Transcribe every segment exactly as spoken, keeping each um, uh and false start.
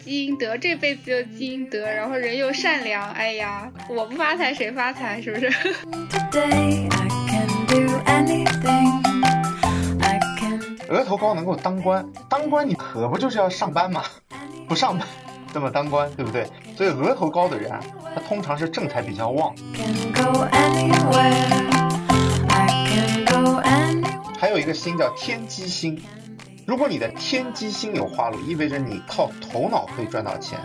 积阴德，这辈子就积阴德，然后人又善良，哎呀，我不发财谁发财，是不是？ Today I can do anything, I can do... 额头高能够当官，当官你可不就是要上班吗？不上班这么当官，对不对？所以额头高的人啊，他通常是正财比较旺。还有一个星叫天机星，如果你的天机星有化禄，意味着你靠头脑可以赚到钱。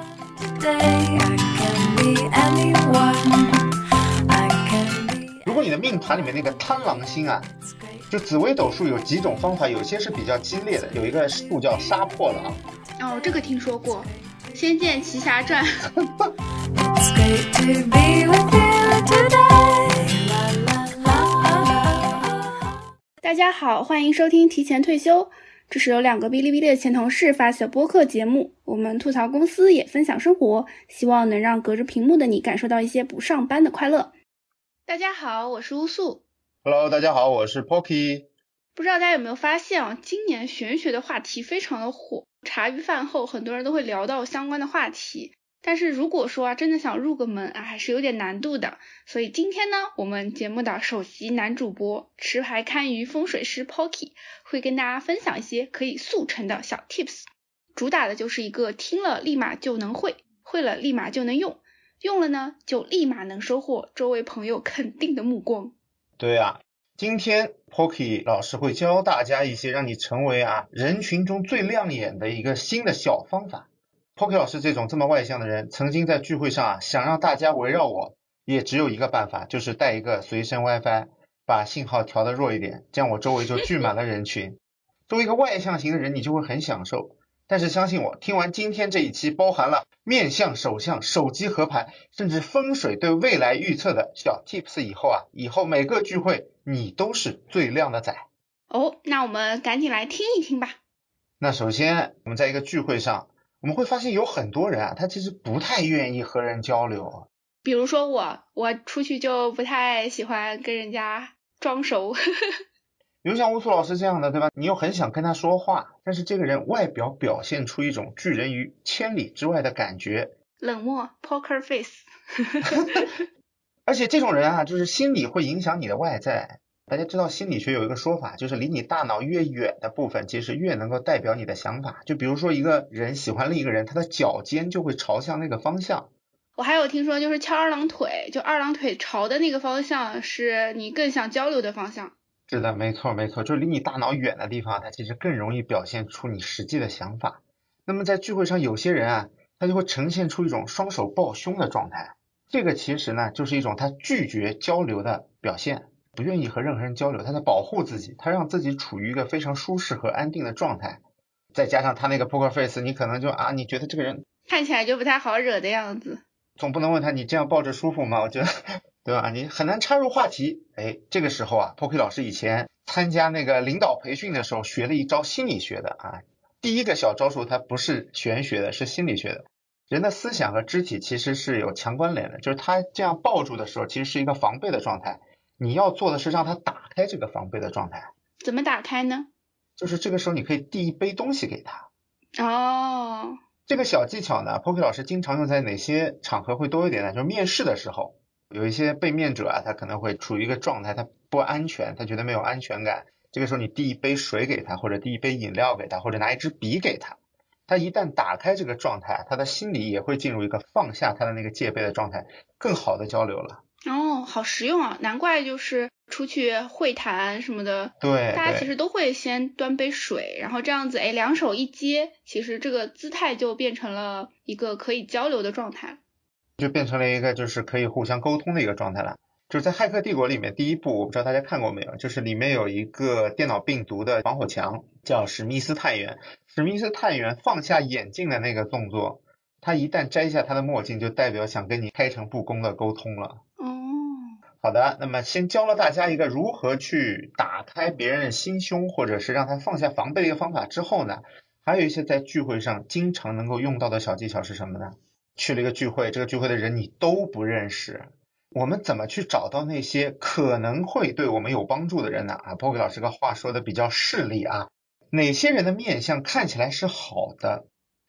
如果你的命盘里面那个贪狼星啊，就紫微斗数有几种方法，有些是比较激烈的，有一个术叫杀破狼。 哦，这个听说过，《仙剑奇侠传》。大家好，欢迎收听提前退休，这是由两个哔哩哔哩的前同事发起的播客节目，我们吐槽公司也分享生活，希望能让隔着屏幕的你感受到一些不上班的快乐。大家好，我是乌素。 Hello， 大家好，我是 Pocky。 不知道大家有没有发现啊，今年玄学的话题非常的火，茶余饭后很多人都会聊到相关的话题，但是如果说啊真的想入个门啊，还是有点难度的。所以今天呢，我们节目的首席男主播持牌堪舆风水师 Pocky 会跟大家分享一些可以速成的小 tips， 主打的就是一个听了立马就能会，会了立马就能用，用了呢就立马能收获周围朋友肯定的目光。 对啊，今天 Pocky 老师会教大家一些让你成为啊人群中最亮眼的一个新的小方法。 Pocky 老师这种这么外向的人，曾经在聚会上啊想让大家围绕我，也只有一个办法，就是带一个随身 WiFi， 把信号调得弱一点，这样我周围就聚满了人群。作为一个外向型的人，你就会很享受。但是相信我，听完今天这一期包含了面相、手相、手机合盘，甚至风水对未来预测的小 tips 以后啊，以后每个聚会你都是最亮的仔。 哦，那我们赶紧来听一听吧。 那首先我们在一个聚会上，我们会发现有很多人啊，他其实不太愿意和人交流。 比如说我，我出去就不太喜欢跟人家装熟。 比如像乌苏老师这样的，对吧？你又很想跟他说话，但是这个人外表表现出一种拒人于千里之外的感觉， 冷漠 poker face。 而且这种人啊，就是心理会影响你的外在。大家知道心理学有一个说法，就是离你大脑越远的部分，其实越能够代表你的想法。就比如说一个人喜欢另一个人，他的脚尖就会朝向那个方向。 我还有听说就是翘二郎腿，就二郎腿朝的那个方向是你更想交流的方向。 是的，没错没错，就是离你大脑远的地方，它其实更容易表现出你实际的想法。那么在聚会上，有些人啊，他就会呈现出一种双手抱胸的状态，这个其实呢就是一种他拒绝交流的表现，不愿意和任何人交流，他在保护自己，他让自己处于一个非常舒适和安定的状态。再加上他那个 poker face， 你可能就啊，你觉得这个人看起来就不太好惹的样子， 总不能问他你这样抱着舒服吗？我觉得对吧，你很难插入话题。哎，这个时候啊 Pocky 老师以前参加那个领导培训的时候学了一招心理学的啊，第一个小招数它不是玄学的，是心理学的。人的思想和肢体其实是有强关联的，就是他这样抱住的时候其实是一个防备的状态，你要做的是让他打开这个防备的状态。 怎么打开呢？ 就是这个时候你可以递一杯东西给他。 哦， 这个小技巧呢 Pocky 老师经常用在哪些场合会多一点呢？就是面试的时候，有一些被面者啊，他可能会处于一个状态，他不安全，他觉得没有安全感，这个时候你递一杯水给他，或者递一杯饮料给他，或者拿一支笔给他，他一旦打开这个状态，他的心里也会进入一个放下他的那个戒备的状态，更好的交流了。 哦，好实用啊，难怪就是出去会谈什么的， 对， 大家其实都会先端杯水，然后这样子，哎，两手一接，其实这个姿态就变成了一个可以交流的状态， 就变成了一个就是可以互相沟通的一个状态了。就是在骇客帝国里面第一部，我不知道大家看过没有，就是里面有一个电脑病毒的防火墙叫史密斯探员。史密斯探员放下眼镜的那个动作，他一旦摘下他的墨镜，就代表想跟你开诚布公的沟通了。 哦， 好的，那么先教了大家一个如何去打开别人的心胸，或者是让他放下防备的一个方法之后呢，还有一些在聚会上经常能够用到的小技巧是什么呢？去了一个聚会，这个聚会的人你都不认识，我们怎么去找到那些可能会对我们有帮助的人呢？啊 Pocky 老师个话说的比较势利啊，哪些人的面相看起来是好的，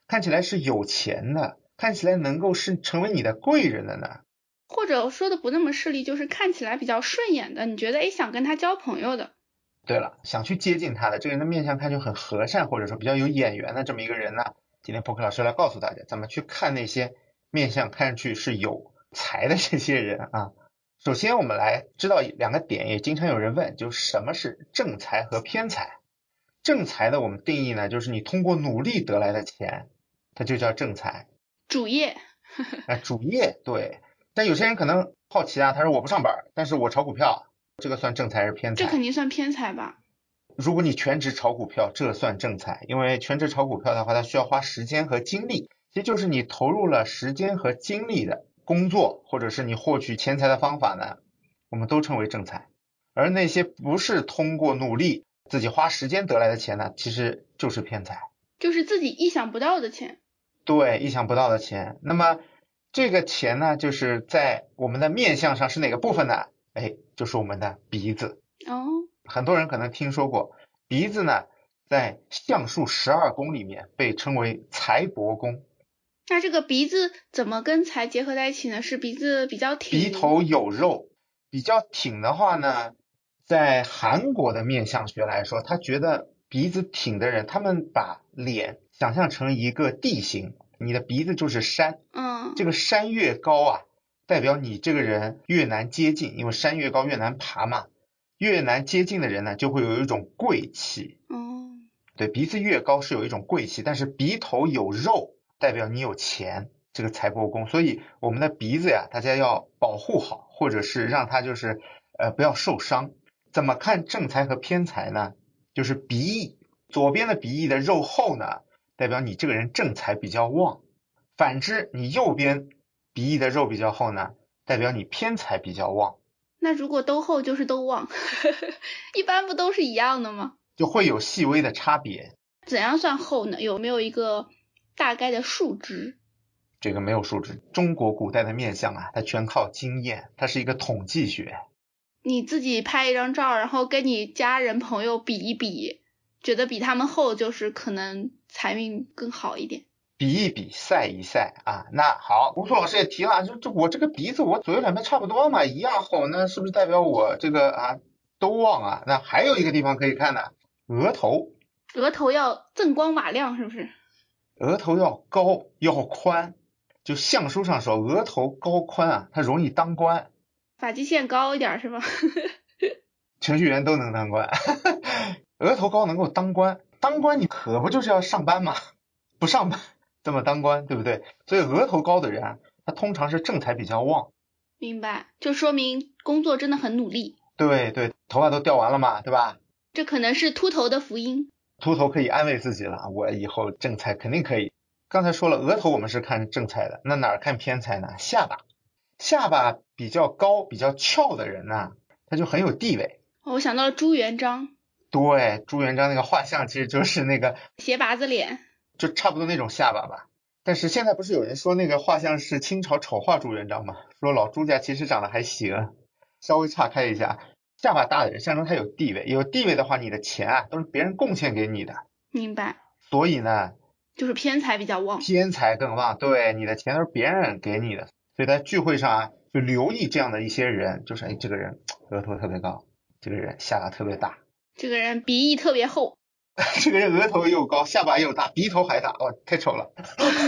看起来是有钱的，看起来能够是成为你的贵人的呢？ 或者说的不那么势利，就是看起来比较顺眼的，你觉得诶想跟他交朋友的。 对了，想去接近他的这个人的面相看就很和善，或者说比较有眼缘的这么一个人呢，今天 Poker 老师来告诉大家怎么去看那些面相看上去是有才的这些人啊。首先我们来知道两个点，也经常有人问，就什么是正财和偏财。正财的我们定义呢，就是你通过努力得来的钱，它就叫正财。 主业啊，主业，对。但有些人可能好奇啊，他说我不上班，但是我炒股票，这个算正财还是偏财？ 这肯定算偏财吧。 如果你全职炒股票，这算正财，因为全职炒股票的话，它需要花时间和精力，其实就是你投入了时间和精力的工作，或者是你获取钱财的方法呢，我们都称为正财。而那些不是通过努力自己花时间得来的钱呢，其实就是偏财， 就是自己意想不到的钱。 对，意想不到的钱。那么这个钱呢，就是在我们的面相上是哪个部分呢？哎，就是我们的鼻子。 哦， 很多人可能听说过，鼻子呢在相术十二宫里面被称为财帛宫。 那这个鼻子怎么跟财结合在一起呢？是鼻子比较挺？ 鼻头有肉，比较挺的话呢，在韩国的面相学来说，他觉得鼻子挺的人，他们把脸想象成一个地形，你的鼻子就是山， 嗯， 这个山越高啊，代表你这个人越难接近，因为山越高越难爬嘛，越难接近的人呢，就会有一种贵气。 哦， 对，鼻子越高是有一种贵气，但是鼻头有肉，代表你有钱，这个财帛宫。所以我们的鼻子呀，大家要保护好，或者是让它就是呃不要受伤。怎么看正财和偏财呢？就是鼻翼，左边的鼻翼的肉厚呢，代表你这个人正财比较旺；反之，你右边鼻翼的肉比较厚呢，代表你偏财比较旺。 那如果都厚就是都旺，一般不都是一样的吗？ 就会有细微的差别。 怎样算厚呢？有没有一个大概的数值？ 这个没有数值，中国古代的面相啊，它全靠经验，它是一个统计学。 你自己拍一张照，然后跟你家人朋友比一比，觉得比他们厚，就是可能财运更好一点。 比一比，赛一赛啊。那好，吴硕老师也提了，就这我这个鼻子，我左右两边差不多嘛，一样厚，那是不是代表我这个啊都旺啊？那还有一个地方可以看呢，额头。 额头要锃光瓦亮，是不是？ 额头要高要宽，就相书上说额头高宽啊，它容易当官。 发际线高一点是吧？ 程序员都能当官。额头高能够当官，当官你可不就是要上班吗？不上班怎么当官，对不对？所以额头高的人啊，他通常是正财比较旺。 明白，就说明工作真的很努力。 对对，头发都掉完了嘛，对吧？ 这可能是秃头的福音。 秃头可以安慰自己了，我以后正财肯定可以。刚才说了，额头我们是看正财的，那哪儿看偏财呢？下巴，下巴比较高、比较翘的人呢、啊，他就很有地位。 我想到了朱元璋。 对，朱元璋那个画像其实就是那个斜拔子脸， 就差不多那种下巴吧。但是现在不是有人说那个画像是清朝丑化朱元璋吗？说老朱家其实长得还行。稍微岔开一下，下巴大的人象征他有地位，有地位的话，你的钱啊都是别人贡献给你的。 明白。 所以呢， 就是偏财比较旺， 偏财更旺。对，你的钱都是别人给你的，所以在聚会上啊，就留意这样的一些人，就是哎，这个人额头特别高，这个人下巴特别大， 这个人鼻翼特别厚， 这个人额头又高，下巴又大，鼻头还大，哇，太丑了。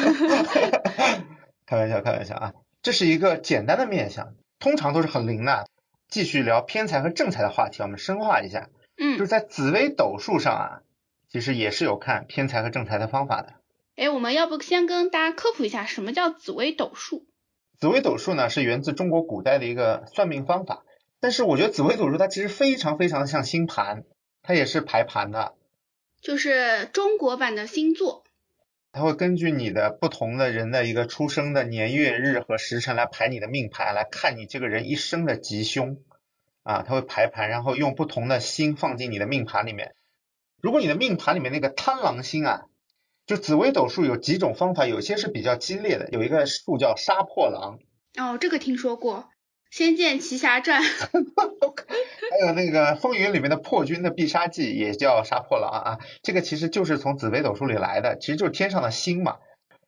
开玩笑，开玩笑啊，这是一个简单的面相，通常都是很灵的。继续聊偏财和正财的话题，我们深化一下。 嗯， 就是在紫微斗数上啊，其实也是有看偏财和正财的方法的。 哎，我们要不先跟大家科普一下什么叫紫微斗数？ 紫微斗数呢是源自中国古代的一个算命方法，但是我觉得紫微斗数它其实非常非常像星盘，它也是排盘的， 就是中国版的星座。 它会根据你的不同的人的一个出生的年月日和时辰来排你的命盘，来看你这个人一生的吉凶啊，它会排盘，然后用不同的星放进你的命盘里面。如果你的命盘里面那个贪狼星啊，就紫微斗数有几种方法，有些是比较激烈的，有一个数叫杀破狼。 哦，这个听说过，仙剑奇侠传。 还有那个风云里面的破军的必杀技也叫杀破狼啊，这个其实就是从紫微斗数里来的，其实就是天上的星嘛，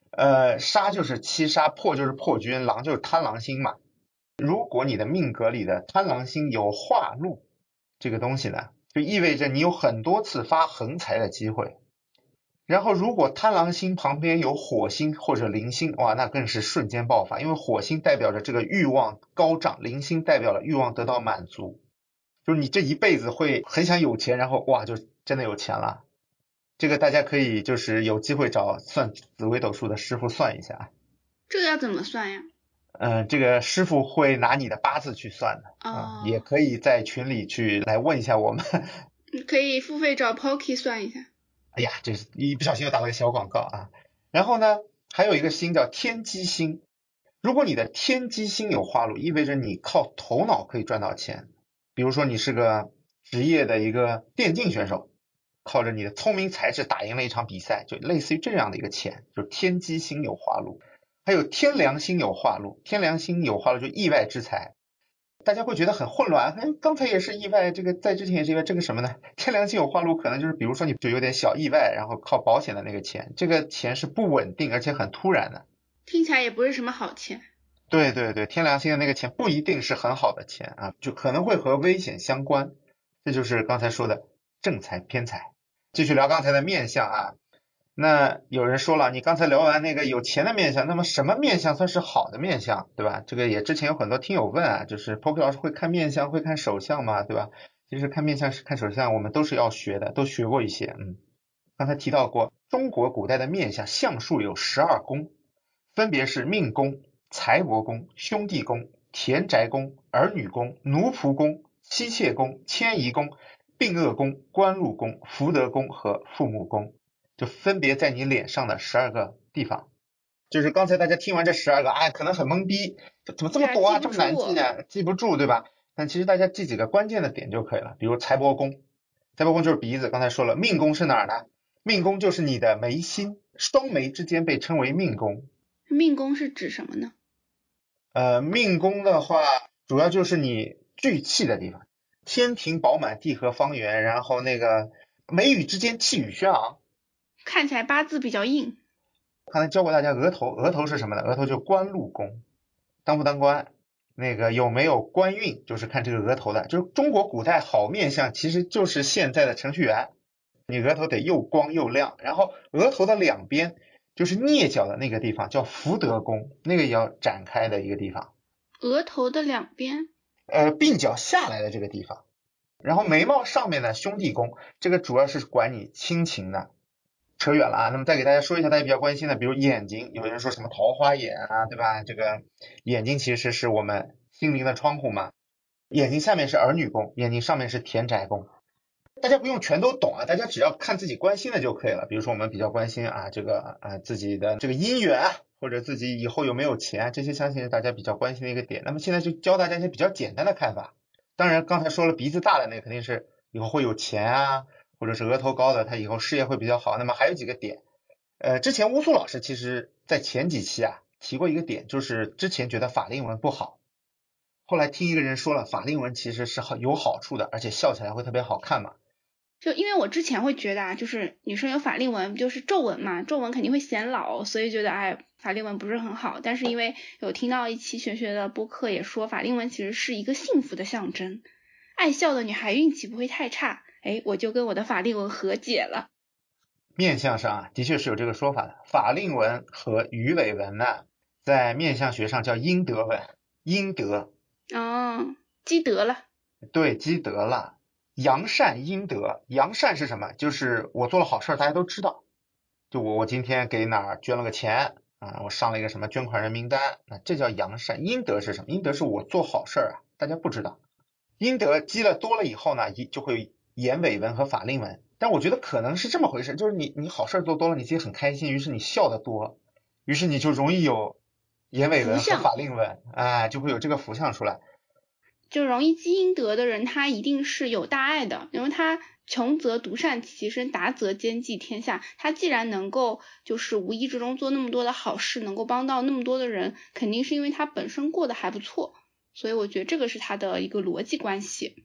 呃，杀就是七杀，破就是破军，狼就是贪狼星嘛。如果你的命格里的贪狼星有化禄这个东西呢，就意味着你有很多次发横财的机会。然后如果贪狼星旁边有火星或者铃星，哇，那更是瞬间爆发，因为火星代表着这个欲望高涨，铃星代表了欲望得到满足，就是你这一辈子会很想有钱，然后哇就真的有钱了。这个大家可以就是有机会找算紫微斗数的师傅算一下。 这个要怎么算呀？ 嗯、呃，这个师傅会拿你的八字去算的啊、 哦、 嗯，也可以在群里去来问一下我们。 可以付费找 Pocky 算一下。 哎呀，这是一不小心又打了个小广告啊。然后呢，还有一个星叫天机星。如果你的天机星有化禄，意味着你靠头脑可以赚到钱。比如说你是个职业的一个电竞选手，靠着你的聪明才智打赢了一场比赛，就类似于这样的一个钱，就是天机星有化禄。还有天梁星有化禄，天梁星有化禄就意外之财。大家会觉得很混乱，哎，刚才也是意外，这个在之前也是意外，这个什么呢？天梁星有化禄，可能就是比如说你就有点小意外，然后靠保险的那个钱，这个钱是不稳定而且很突然的， 听起来也不是什么好钱。 对对对，天梁星的那个钱不一定是很好的钱啊，就可能会和危险相关，这就是刚才说的正财偏财。继续聊刚才的面相啊，那有人说了，你刚才聊完那个有钱的面相，那么什么面相算是好的面相，对吧？这个也之前有很多听友问啊，就是 Pocky 老师会看面相，会看手相吗？对吧？其实看面相是看手相，我们都是要学的，都学过一些。嗯，刚才提到过，中国古代的面相相数有十二宫，分别是命宫、财帛宫、兄弟宫、田宅宫、儿女宫、奴仆宫、妻妾宫、迁移宫、病厄宫、官禄宫、福德宫和父母宫。就分别在你脸上的十二个地方。就是刚才大家听完这十二个，哎，可能很懵逼，怎么这么多啊，这么难记呢？记不住，对吧？但其实大家记几个关键的点就可以了。比如财帛宫，财帛宫就是鼻子，刚才说了。命宫是哪儿呢？命宫就是你的眉心，双眉之间被称为命宫。 命宫是指什么呢？ 呃，命宫的话，主要就是你聚气的地方，天庭饱满，地合方圆，然后那个眉宇之间气宇轩昂。 看起来八字比较硬。 刚才教过大家额头，额头是什么呢？额头就官禄宫，当不当官，那个有没有官运，就是看这个额头的。就是中国古代好面相，其实就是现在的程序员，你额头得又光又亮，然后额头的两边就是颞角的那个地方叫福德宫，那个也要展开的一个地方。 额头的两边， 呃，鬓角下来的这个地方，然后眉毛上面的兄弟宫，这个主要是管你亲情的。扯远了啊，那么再给大家说一下大家比较关心的，比如眼睛，有人说什么桃花眼啊，对吧？这个眼睛其实是我们心灵的窗户嘛。眼睛下面是儿女宫，眼睛上面是田宅宫。大家不用全都懂啊，大家只要看自己关心的就可以了。比如说我们比较关心啊，这个啊自己的这个姻缘啊，或者自己以后有没有钱，这些相信是大家比较关心的一个点。那么现在就教大家一些比较简单的看法。当然刚才说了鼻子大的那肯定是以后会有钱啊，或者是额头高的，他以后事业会比较好。那么还有几个点，呃，之前乌苏老师其实在前几期啊提过一个点，就是之前觉得法令纹不好，后来听一个人说了，法令纹其实是有好处的，而且笑起来会特别好看嘛。 就因为我之前会觉得啊，就是女生有法令纹就是皱纹嘛，皱纹肯定会显老，所以觉得哎法令纹不是很好。但是因为有听到一期玄学的播客也说，法令纹其实是一个幸福的象征，爱笑的女孩运气不会太差。哎，我就跟我的法令纹和解了。 面相上啊，的确是有这个说法的。法令纹和鱼尾纹呢，在面相学上叫阴德纹，阴德。 哦，积德了。 对，积德了。扬善阴德，扬善是什么？就是我做了好事，大家都知道。就我我今天给哪儿捐了个钱啊，我上了一个什么捐款人名单，那这叫扬善。阴德是什么？阴德是我做好事啊，大家不知道。阴德积了多了以后呢，就会眼尾纹和法令纹。但我觉得可能是这么回事，就是你你好事做多了，你自己很开心，于是你笑得多，于是你就容易有眼尾纹和法令纹，哎，就会有这个福相出来。 就容易积阴德的人，他一定是有大爱的，因为他穷则独善其身，达则兼济天下。他既然能够就是无意之中做那么多的好事，能够帮到那么多的人，肯定是因为他本身过得还不错。所以我觉得这个是他的一个逻辑关系。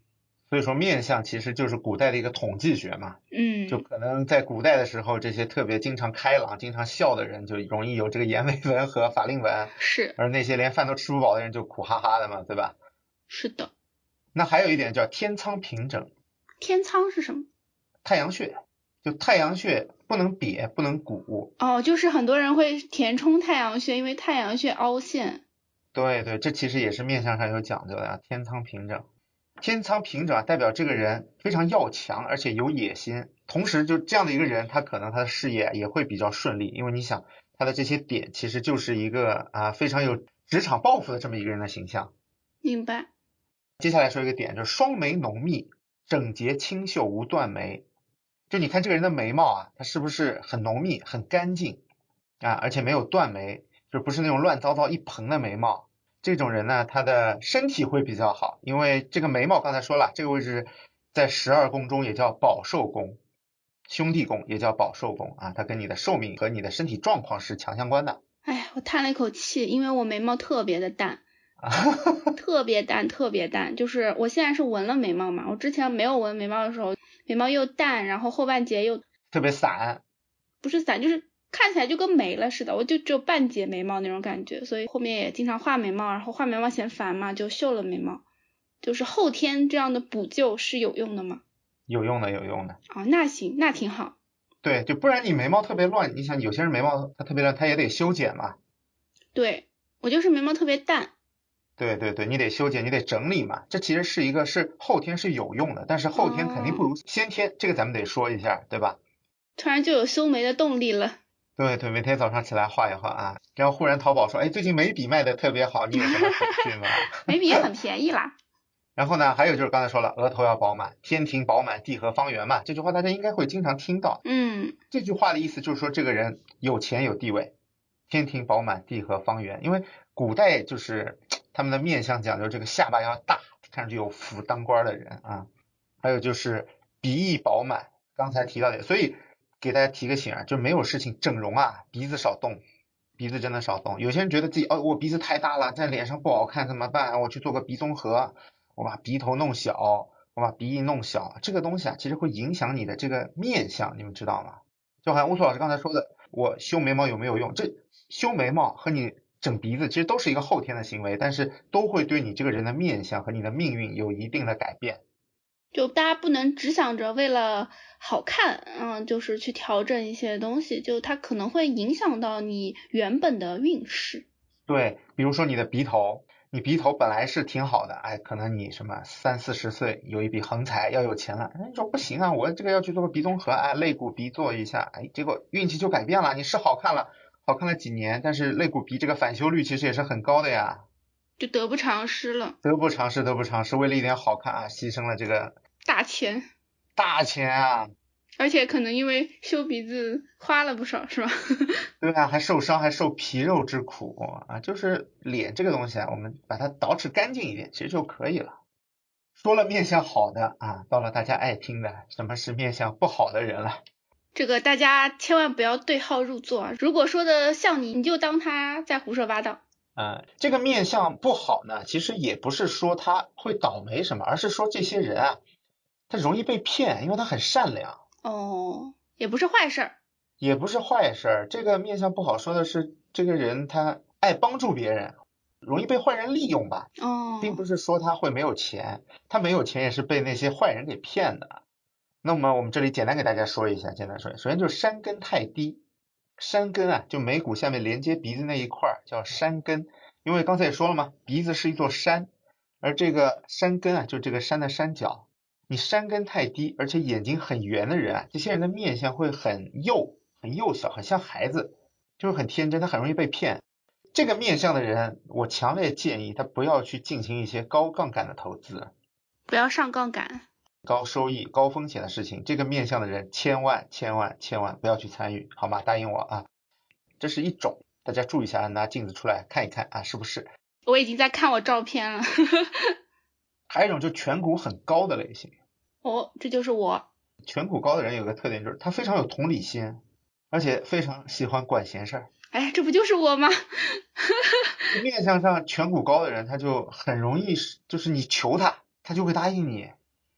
所以说面相其实就是古代的一个统计学嘛， 嗯， 就可能在古代的时候，这些特别经常开朗、经常笑的人就容易有这个眼尾纹和法令纹， 是而那些连饭都吃不饱的人就苦哈哈的嘛，对吧？ 是的。 那还有一点叫天仓平整， 天仓是什么？ 太阳穴，就太阳穴不能瘪，不能鼓。 哦，就是很多人会填充太阳穴，因为太阳穴凹陷。 对对，这其实也是面相上有讲究的啊，天仓平整。天仓平整啊，代表这个人非常要强，而且有野心。同时，就这样的一个人，他可能他的事业也会比较顺利，因为你想他的这些点，其实就是一个啊非常有职场抱负的这么一个人的形象。 明白。 接下来说一个点，就是双眉浓密，整洁清秀，无断眉。就你看这个人的眉毛啊，它是不是很浓密、很干净啊，而且没有断眉，就不是那种乱糟糟一蓬的眉毛。这种人呢，他的身体会比较好，因为这个眉毛刚才说了，这个位置在十二宫中也叫保寿宫，兄弟宫也叫保寿宫啊，它跟你的寿命和你的身体状况是强相关的。 哎，我叹了一口气，因为我眉毛特别的淡，特别淡，特别淡。就是我现在是纹了眉毛嘛，我之前没有纹眉毛的时候，眉毛又淡，然后后半截又特别散， 不是散，就是看起来就跟没了似的，我就只有半截眉毛那种感觉，所以后面也经常画眉毛，然后画眉毛嫌烦嘛，就绣了眉毛。就是后天这样的补救是有用的吗？ 有用的，有用的。 哦，那行，那挺好。 对，就不然你眉毛特别乱，你想有些人眉毛它特别乱，他也得修剪嘛。 对，我就是眉毛特别淡。 对对对，你得修剪，你得整理嘛。这其实是一个是后天是有用的，但是后天肯定不如先天，这个咱们得说一下，对吧？ 突然就有修眉的动力了。 对对，每天早上起来画一画啊，然后忽然淘宝说，哎，最近眉笔卖的特别好，你有什么手续吗？ 眉笔也很便宜啦。 然后呢，还有就是刚才说了，额头要饱满，天庭饱满，地合方圆嘛，这句话大家应该会经常听到。 嗯， 这句话的意思就是说这个人有钱有地位，天庭饱满，地合方圆。因为古代就是他们的面相讲究这个下巴要大，看上去有福当官的人啊。还有就是鼻翼饱满，刚才提到的，所以给大家提个醒啊，就没有事情整容啊，鼻子少动。鼻子真的少动，有些人觉得自己哦，我鼻子太大了，在脸上不好看怎么办？我去做个鼻综合，我把鼻头弄小，我把鼻翼弄小，这个东西啊，其实会影响你的这个面相，你们知道吗？就好像乌苏老师刚才说的，我修眉毛有没有用？这修眉毛和你整鼻子其实都是一个后天的行为，但是都会对你这个人的面相和你的命运有一定的改变。 就大家不能只想着为了好看，嗯，就是去调整一些东西，就它可能会影响到你原本的运势。 对，比如说你的鼻头，你鼻头本来是挺好的，哎，可能你什么三四十岁有一笔横财，要有钱了，哎，你说不行啊，我这个要去做个鼻综合，哎，肋骨鼻做一下，哎，结果运气就改变了，你是好看了，好看了几年，但是肋骨鼻这个返修率其实也是很高的呀， 就得不偿失了。 得不偿失，得不偿失，为了一点好看啊，牺牲了这个大钱， 大钱啊， 而且可能因为修鼻子花了不少，是吧？ 对啊，还受伤，还受皮肉之苦啊，就是脸这个东西啊，我们把它捯饬干净一点，其实就可以了。说了面相好的啊，到了大家爱听的，什么是面相不好的人了？ 这个大家千万不要对号入座啊！如果说的像你，你就当他在胡说八道。 啊、呃，这个面相不好呢，其实也不是说他会倒霉什么，而是说这些人啊，他容易被骗，因为他很善良。 哦，也不是坏事儿。 也不是坏事儿，这个面相不好说的是这个人他爱帮助别人，容易被坏人利用吧。 哦， 并不是说他会没有钱，他没有钱也是被那些坏人给骗的。那么我们这里简单给大家说一下，简单说一下，首先就是山根太低，山根啊，就眉骨下面连接鼻子那一块叫山根，因为刚才也说了嘛，鼻子是一座山，而这个山根啊，就这个山的山脚，你山根太低，而且眼睛很圆的人啊，这些人的面相会很幼，很幼小，很像孩子，就是很天真，他很容易被骗。这个面相的人，我强烈建议他不要去进行一些高杠杆的投资， 不要上杠杆， 高收益、高风险的事情，这个面相的人千万千万千万不要去参与，好吗？答应我啊！这是一种，大家注意一下，拿镜子出来看一看啊，是不是？ 我已经在看我照片了。 还有一种就颧骨很高的类型。 哦，这就是我。 颧骨高的人有个特点就是他非常有同理心，而且非常喜欢管闲事儿。 哎，这不就是我吗？ 面相上颧骨高的人，他就很容易，就是你求他，他就会答应你。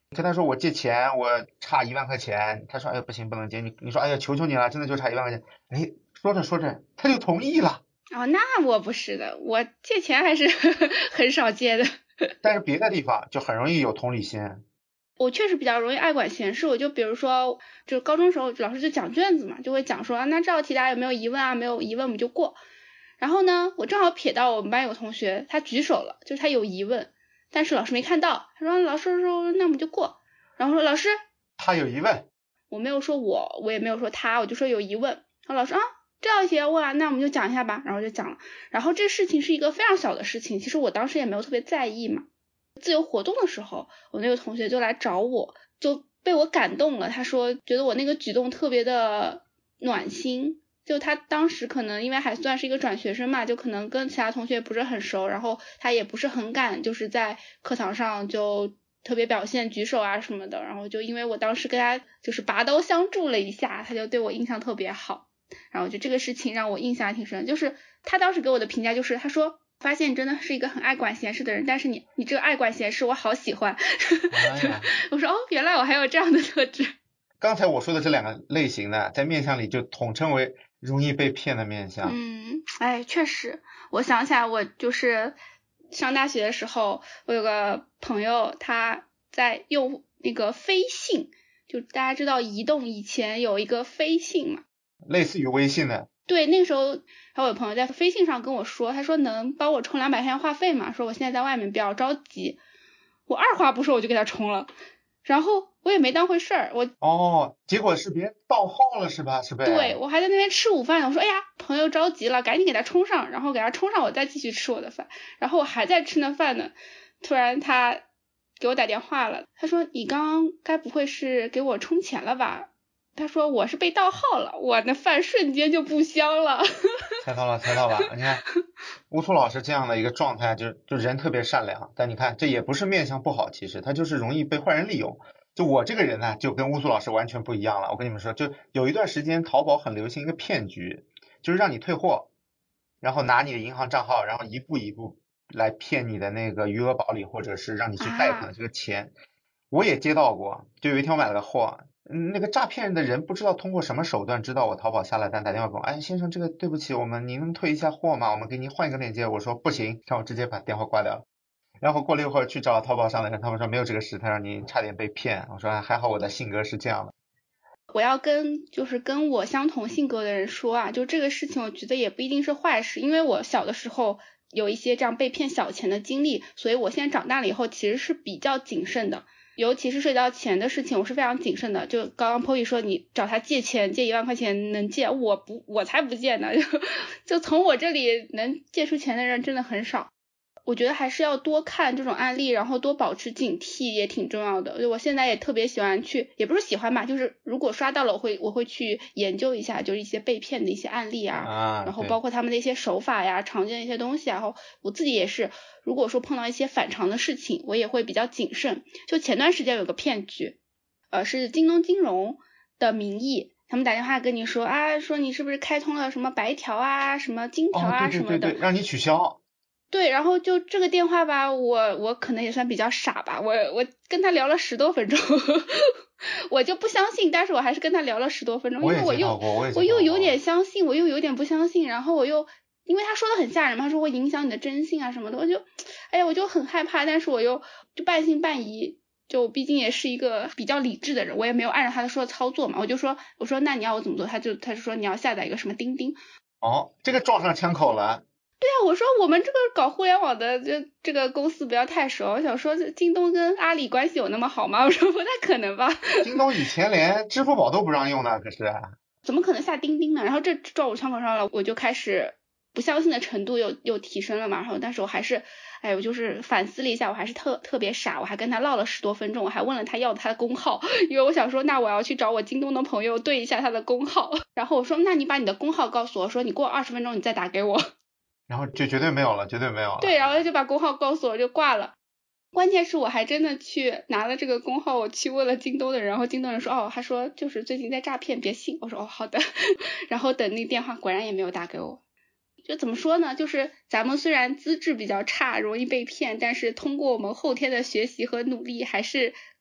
跟他说我借钱，我差一万块钱，他说哎不行不能借，你你说哎呀求求你了，真的就差一万块钱，哎说着说着他就同意了。 哦，那我不是的，我借钱还是很少借的。 但是别的地方就很容易有同理心。 我确实比较容易爱管闲事，我就比如说，就高中时候老师就讲卷子嘛，就会讲说啊，那这道题大家有没有疑问啊？没有疑问我们就过。然后呢，我正好瞥到我们班有同学他举手了，就是他有疑问，但是老师没看到，他说老师说那我们就过。然后说老师他有疑问， 我没有说我，我也没有说他，我就说有疑问。然后老师啊，这道题要问啊，那我们就讲一下吧，然后就讲了。然后这事情是一个非常小的事情，其实我当时也没有特别在意嘛。自由活动的时候，我那个同学就来找我，就被我感动了，他说觉得我那个举动特别的暖心，就他当时可能因为还算是一个转学生嘛，就可能跟其他同学不是很熟，然后他也不是很敢就是在课堂上就特别表现举手啊什么的，然后就因为我当时跟他就是拔刀相助了一下，他就对我印象特别好，然后就这个事情让我印象挺深，就是他当时给我的评价就是他说发现你真的是一个很爱管闲事的人，但是你你这个爱管闲事我好喜欢。 哎呀我说哦，原来我还有这样的特质。 刚才我说的这两个类型呢，在面相里就统称为容易被骗的面相。 嗯，哎，确实，我想起来，我就是上大学的时候，我有个朋友，他在用那个飞信，就大家知道移动以前有一个飞信嘛， 类似于微信的。 对，那个时候，然后我朋友在飞信上跟我说，他说能帮我充两百块钱话费吗？说我现在在外面比较着急，我二话不说我就给他充了，然后我也没当回事儿，我哦，结果是别人盗号了是吧？是呗？ 对，我还在那边吃午饭呢，我说哎呀，朋友着急了，赶紧给他充上，然后给他充上，我再继续吃我的饭，然后我还在吃那饭呢，突然他给我打电话了，他说你刚刚该不会是给我充钱了吧？他说我是被盗号了，我的饭瞬间就不香了。 猜到了，猜到了。你看乌苏老师这样的一个状态，就就人特别善良，但你看这也不是面相不好，其实他就是容易被坏人利用。就我这个人呢，就跟乌苏老师完全不一样了。我跟你们说，就有一段时间淘宝很流行一个骗局，就是让你退货，然后拿你的银行账号，然后一步一步来骗你的那个余额宝里，或者是让你去贷款的这个钱。我也接到过，就有一天我买了个货，嗯，那个诈骗的人不知道通过什么手段知道我淘宝下了单，打电话给我，哎，先生，这个对不起，我们您能退一下货吗？我们给您换一个链接。我说不行，让我直接把电话挂掉了。然后过了一会儿去找淘宝上的人，他们说没有这个事，他让你差点被骗。我说还好我的性格是这样的。 我要跟就是跟我相同性格的人说啊，就这个事情我觉得也不一定是坏事，因为我小的时候有一些这样被骗小钱的经历，所以我现在长大了以后其实是比较谨慎的，尤其是涉及到钱的事情我是非常谨慎的。就刚刚 Poy 说你找他借钱借一万块钱能借，我不我才不借呢，就就从我这里能借出钱的人真的很少。我觉得还是要多看这种案例，然后多保持警惕也挺重要的。就我现在也特别喜欢去，也不是喜欢吧，就是如果刷到了我会我会去研究一下，就是一些被骗的一些案例啊， 啊然后包括他们的一些手法呀，常见的一些东西啊，然后我自己也是，如果说碰到一些反常的事情，我也会比较谨慎。就前段时间有个骗局，呃，是京东金融的名义，他们打电话跟你说啊，说你是不是开通了什么白条啊，什么金条哦， 啊什么的， 对对对对，让你取消。 对，然后就这个电话吧，我我可能也算比较傻吧，我我跟他聊了十多分钟，我就不相信，但是我还是跟他聊了十多分钟，因为我又我又有点相信，我又有点不相信，然后我又因为他说的很吓人嘛，他说会影响你的征信啊什么的，我就哎呀我就很害怕，但是我又就半信半疑，就毕竟也是一个比较理智的人，我也没有按照他的说的操作嘛，我就说我说那你要我怎么做，他就他就说你要下载一个什么钉钉。 哦，这个撞上枪口了。 对啊，我说我们这个搞互联网的这这个公司不要太熟，我想说这京东跟阿里关系有那么好吗？我说不太可能吧。 京东以前连支付宝都不让用呢，可是。 怎么可能下钉钉呢？然后这撞我枪口上了，我就开始不相信的程度又又提升了嘛。然后但是我还是，哎，我就是反思了一下，我还是特特别傻，我还跟他唠了十多分钟，我还问了他要他的工号，因为我想说那我要去找我京东的朋友对一下他的工号。然后我说那你把你的工号告诉我，说你过二十分钟你再打给我。 然后就绝对没有了，绝对没有了。 对，然后他就把工号告诉我就挂了。关键是我还真的去拿了这个工号，我去问了京东的人，然后京东人说哦，他说就是最近在诈骗，别信。我说哦好的，然后等那电话果然也没有打给我。就怎么说呢，就是咱们虽然资质比较差，容易被骗，但是通过我们后天的学习和努力，还是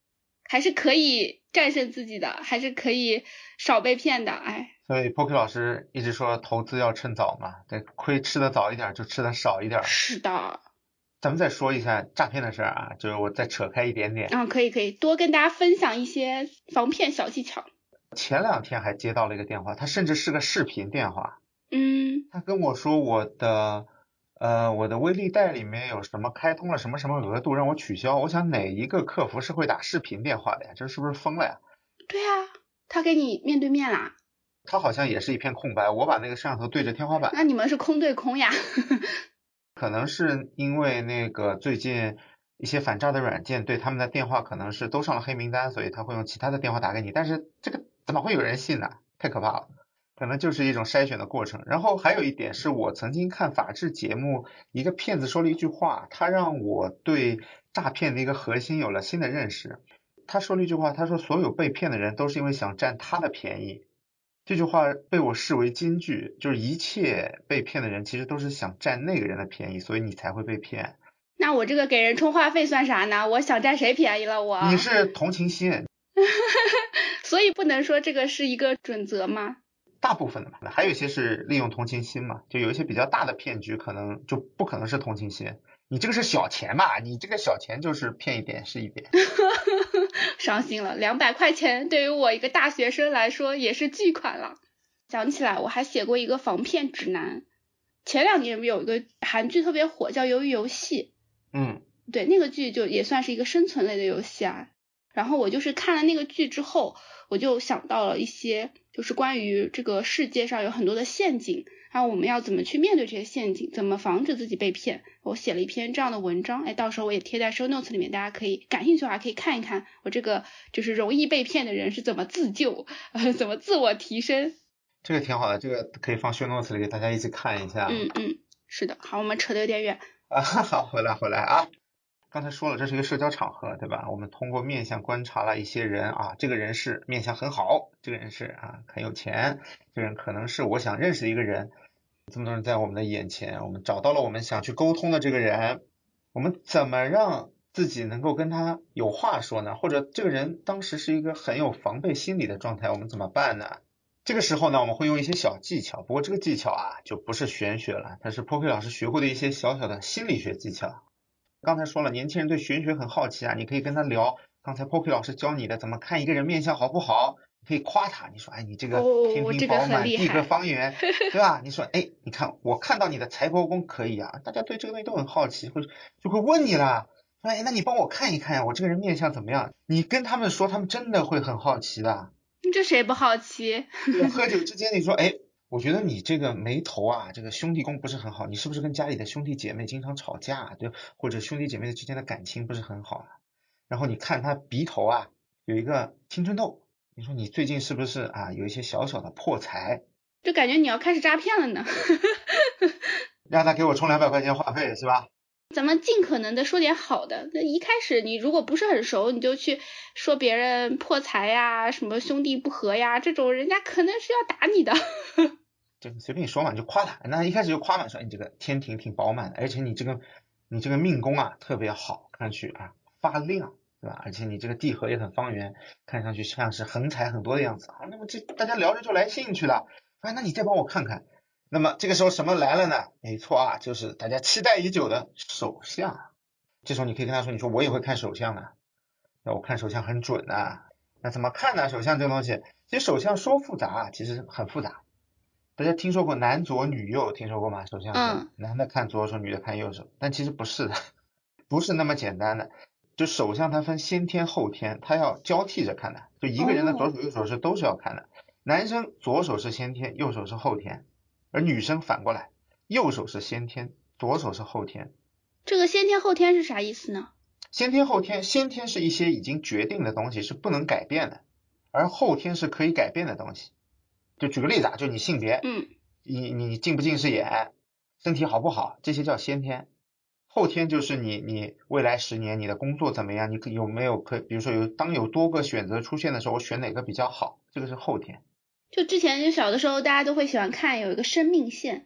还是可以战胜自己的，还是可以少被骗的。哎， 所以 Poki 老师一直说投资要趁早嘛，对，亏吃的早一点就吃的少一点。 是的。 咱们再说一下诈骗的事儿啊，就是我再扯开一点点。 啊，可以可以，多跟大家分享一些防骗小技巧。 前两天还接到了一个电话，他甚至是个视频电话。 嗯。 他跟我说我的呃我的微粒贷里面有什么开通了什么什么额度让我取消。我想哪一个客服是会打视频电话的呀？这是不是疯了呀？ 对啊，他给你面对面啦。 他好像也是一片空白，我把那个摄像头对着天花板。 那你们是空对空呀？ 可能是因为那个最近一些反诈的软件对他们的电话可能是都上了黑名单，所以他会用其他的电话打给你，但是这个怎么会有人信呢？太可怕了，可能就是一种筛选的过程。然后还有一点是我曾经看法制节目，一个骗子说了一句话，他让我对诈骗的一个核心有了新的认识。他说了一句话，他说所有被骗的人都是因为想占他的便宜。这句话被我视为金句，就是一切被骗的人其实都是想占那个人的便宜，所以你才会被骗。 那我这个给人充话费算啥呢？我想占谁便宜了我？ 你是同情心。 所以不能说这个是一个准则吗？ 大部分的嘛，还有一些是利用同情心嘛，就有一些比较大的骗局可能就不可能是同情心，你这个是小钱嘛，你这个小钱就是骗一点是一点。 伤心了，两百块钱对于我一个大学生来说也是巨款了。想起来我还写过一个防骗指南，前两年有一个韩剧特别火叫鱿鱼游戏。 嗯， 对，那个剧就也算是一个生存类的游戏啊。然后我就是看了那个剧之后，我就想到了一些就是关于这个世界上有很多的陷阱，然后我们要怎么去面对这些陷阱，怎么防止自己被骗。我写了一篇这样的文章，哎，到时候我也贴在 show notes 里面，大家可以感兴趣的话可以看一看我这个就是容易被骗的人是怎么自救，呃，怎么自我提升。 这个挺好的，这个可以放 show notes 里给大家一起看一下。 嗯嗯，是的。好，我们扯得有点远啊，好，回来回来啊。刚才说了，这是一个社交场合，对吧？我们通过面相观察了一些人啊，这个人是面相很好，这个人是啊很有钱，这个人可能是我想认识的一个人。这么多人在我们的眼前，我们找到了我们想去沟通的这个人，我们怎么让自己能够跟他有话说呢？或者这个人当时是一个很有防备心理的状态，我们怎么办呢？这个时候呢，我们会用一些小技巧，不过这个技巧啊就不是玄学了，它是 Poki 老师学过的一些小小的心理学技巧。刚才说了，年轻人对玄学很好奇啊，你可以跟他聊刚才 Poki 老师教你的怎么看一个人面相好不好，可以夸他，你说哎你这个天庭饱满，地阁方圆，对吧？你说哎你看我看到你的财帛宫可以啊，大家对这个东西都很好奇，会就会问你啦，说哎那你帮我看一看我这个人面相怎么样？你跟他们说，他们真的会很好奇的。 这谁不好奇？ 喝酒之间你说哎我觉得你这个眉头啊，这个兄弟宫不是很好，你是不是跟家里的兄弟姐妹经常吵架，对，或者兄弟姐妹之间的感情不是很好啊？然后你看他鼻头啊有一个青春痘，你说你最近是不是啊有一些小小的破财？ 就感觉你要开始诈骗了呢。 让他给我充两百块钱话费是吧？ 咱们尽可能的说点好的。那一开始你如果不是很熟，你就去说别人破财呀，什么兄弟不和呀，这种人家可能是要打你的。 就随便你说嘛，就夸他。那一开始就夸嘛，说你这个天庭挺饱满的，而且你这个你这个命宫啊特别好，看上去啊发亮，对吧？而且你这个地合也很方圆，看上去像是横财很多的样子啊。那么这大家聊着就来兴趣了，哎，那你再帮我看看。那么这个时候什么来了呢？没错啊，就是大家期待已久的手相。这时候你可以跟他说，你说我也会看手相的，那我看手相很准啊。那怎么看呢？手相这个东西，其实手相说复杂啊，其实很复杂。大家听说过男左女右，听说过吗？手相是、嗯、男的看左手，女的看右手，但其实不是的，不是那么简单的。就手相它分先天后天，它要交替着看的，就一个人的左手右手是都是要看的。哦、男生左手是先天，右手是后天，而女生反过来，右手是先天，左手是后天。 这个先天后天是啥意思呢？ 先天后天，先天是一些已经决定的东西，是不能改变的，而后天是可以改变的东西。就举个例子啊，就你性别， 嗯， 你你近不近视眼，身体好不好，这些叫先天。后天就是你你未来十年你的工作怎么样，你有没有可比如说有当有多个选择出现的时候，我选哪个比较好，这个是后天。 就之前就小的时候大家都会喜欢看有一个生命线，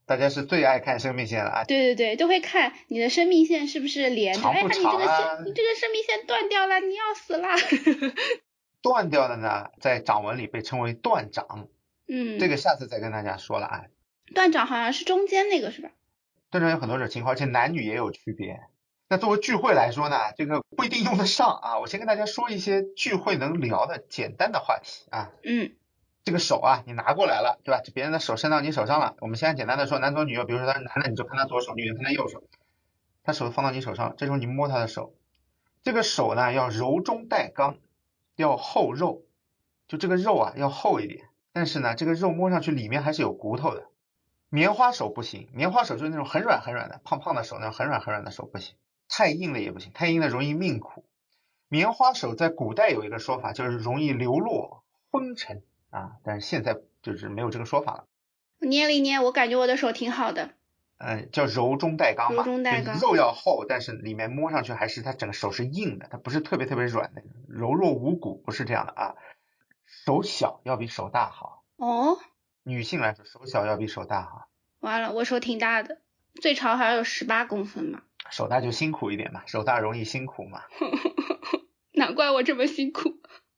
大家是最爱看生命线了啊。 对对对，都会看你的生命线是不是连着， 长不长啊？ 哎，你这个线，你这个生命线断掉了，你要死啦！ 断掉的呢，在掌纹里被称为断掌。 嗯， 这个下次再跟大家说了啊。 断掌好像是中间那个是吧？ 断掌有很多种情况，而且男女也有区别。那作为聚会来说呢，这个不一定用得上啊。我先跟大家说一些聚会能聊的简单的话题啊。 嗯， 这个手啊，你拿过来了，对吧？别人的手伸到你手上了。我们先简单的说男左女右，比如说他是男的，你就看他左手；女的看他右手。他手放到你手上，这时候你摸他的手，这个手呢要柔中带刚，要厚肉，就这个肉啊要厚一点，但是呢这个肉摸上去里面还是有骨头的。棉花手不行，棉花手就是那种很软很软的，胖胖的手，那种很软很软的手不行，太硬了也不行，太硬了容易命苦。棉花手在古代有一个说法，就是容易流落风尘啊，但是现在就是没有这个说法了。 我捏了一捏，我感觉我的手挺好的。 嗯，叫柔中带刚嘛， 柔中带刚， 肉要厚，但是里面摸上去还是它整个手是硬的，它不是特别特别软的，柔弱无骨，不是这样的啊。手小要比手大好。 哦， 女性来说，手小要比手大好。 完了，我手挺大的，最长还有十八公分嘛。 手大就辛苦一点嘛，手大容易辛苦嘛。 难怪我这么辛苦。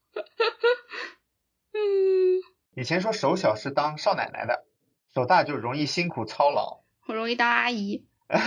嗯， 以前说手小是当少奶奶的，手大就容易辛苦操劳。 我容易当阿姨。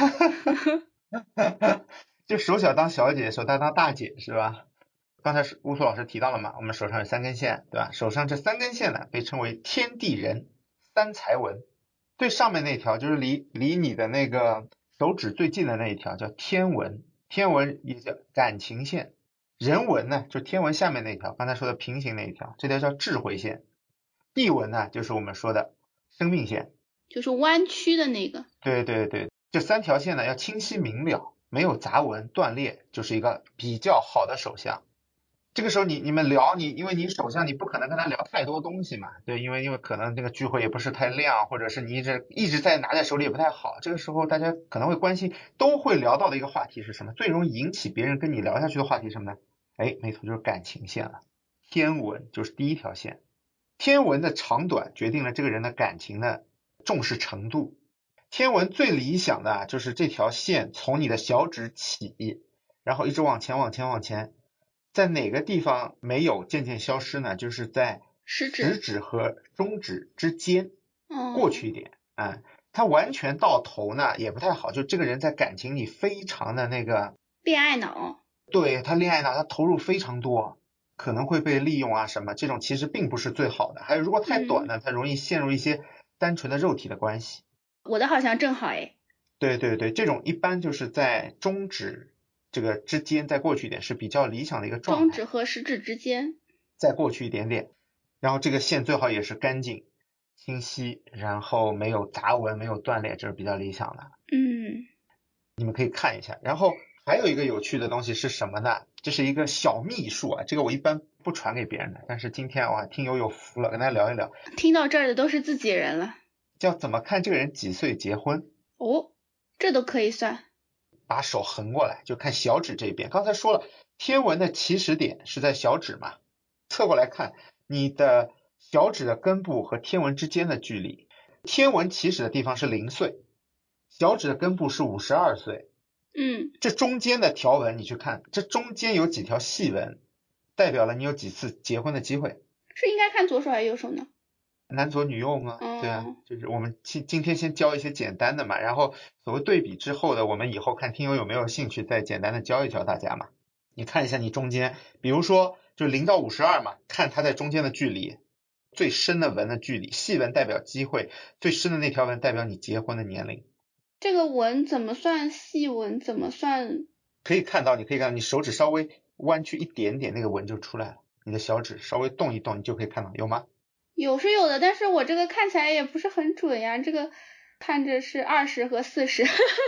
就手小当小姐，手大当大姐是吧？刚才乌苏老师提到了嘛，我们手上有三根线，对吧？手上这三根线呢，被称为天地人三才纹。最上面那条就是离离你的那个手指最近的那一条叫天纹，天纹也叫感情线。人纹呢，就天纹下面那条，刚才说的平行那一条，这条叫智慧线。地纹呢，就是我们说的生命线， 就是弯曲的那个。 对对对，这三条线呢要清晰明了，没有杂纹断裂，就是一个比较好的手相。这个时候你你们聊你，因为你手相你不可能跟他聊太多东西嘛，对，因为因为可能这个聚会也不是太亮，或者是你一直一直在拿在手里也不太好，这个时候大家可能会关心，都会聊到的一个话题是什么？最容易引起别人跟你聊下去的话题是什么呢？哎，没错，就是感情线了。天纹就是第一条线，天纹的长短决定了这个人的感情的重视程度。天纹最理想的啊，就是这条线从你的小指起，然后一直往前往前往前，在哪个地方没有渐渐消失呢？就是在食指食指和中指之间嗯过去一点啊、嗯。它完全到头呢也不太好，就这个人在感情里非常的那个恋爱脑。 对，他恋爱脑，他投入非常多，可能会被利用啊什么，这种其实并不是最好的。还有如果太短呢，他容易陷入一些单纯的肉体的关系。 我的好像正好哎。 对对对，这种一般就是在中指这个之间再过去一点是比较理想的一个状态。 中指和食指之间再过去一点点，然后这个线最好也是干净清晰，然后没有杂纹没有断裂，这是比较理想的。 嗯， 你们可以看一下。然后还有一个有趣的东西是什么呢？这是一个小秘术啊，这个我一般不传给别人的，但是今天哇听友有福了，跟大家聊一聊。 听到这儿的都是自己人了。 叫怎么看这个人几岁结婚？ 哦，这都可以算。 把手横过来就看小指这边，刚才说了天纹的起始点是在小指嘛，侧过来看你的小指的根部和天纹之间的距离，天纹起始的地方是零岁，小指的根部是五十二岁。 嗯， 这中间的条纹你去看，这中间有几条细纹，代表了你有几次结婚的机会。 是应该看左手还是右手呢？ 男左女右吗？ 嗯、 对啊，就是我们今今天先教一些简单的嘛，然后所谓对比之后的，我们以后看听友有没有兴趣再简单的教一教大家嘛。你看一下你中间，比如说就零到五十二嘛，看它在中间的距离，最深的纹的距离，细纹代表机会，最深的那条纹代表你结婚的年龄。 这个纹怎么算细纹？怎么算？ 可以看到，你可以看到你手指稍微弯曲一点点，那个纹就出来了。你的小指稍微动一动，你就可以看到，有吗？ 有是有的，但是我这个看起来也不是很准呀，这个看着是二十和四十。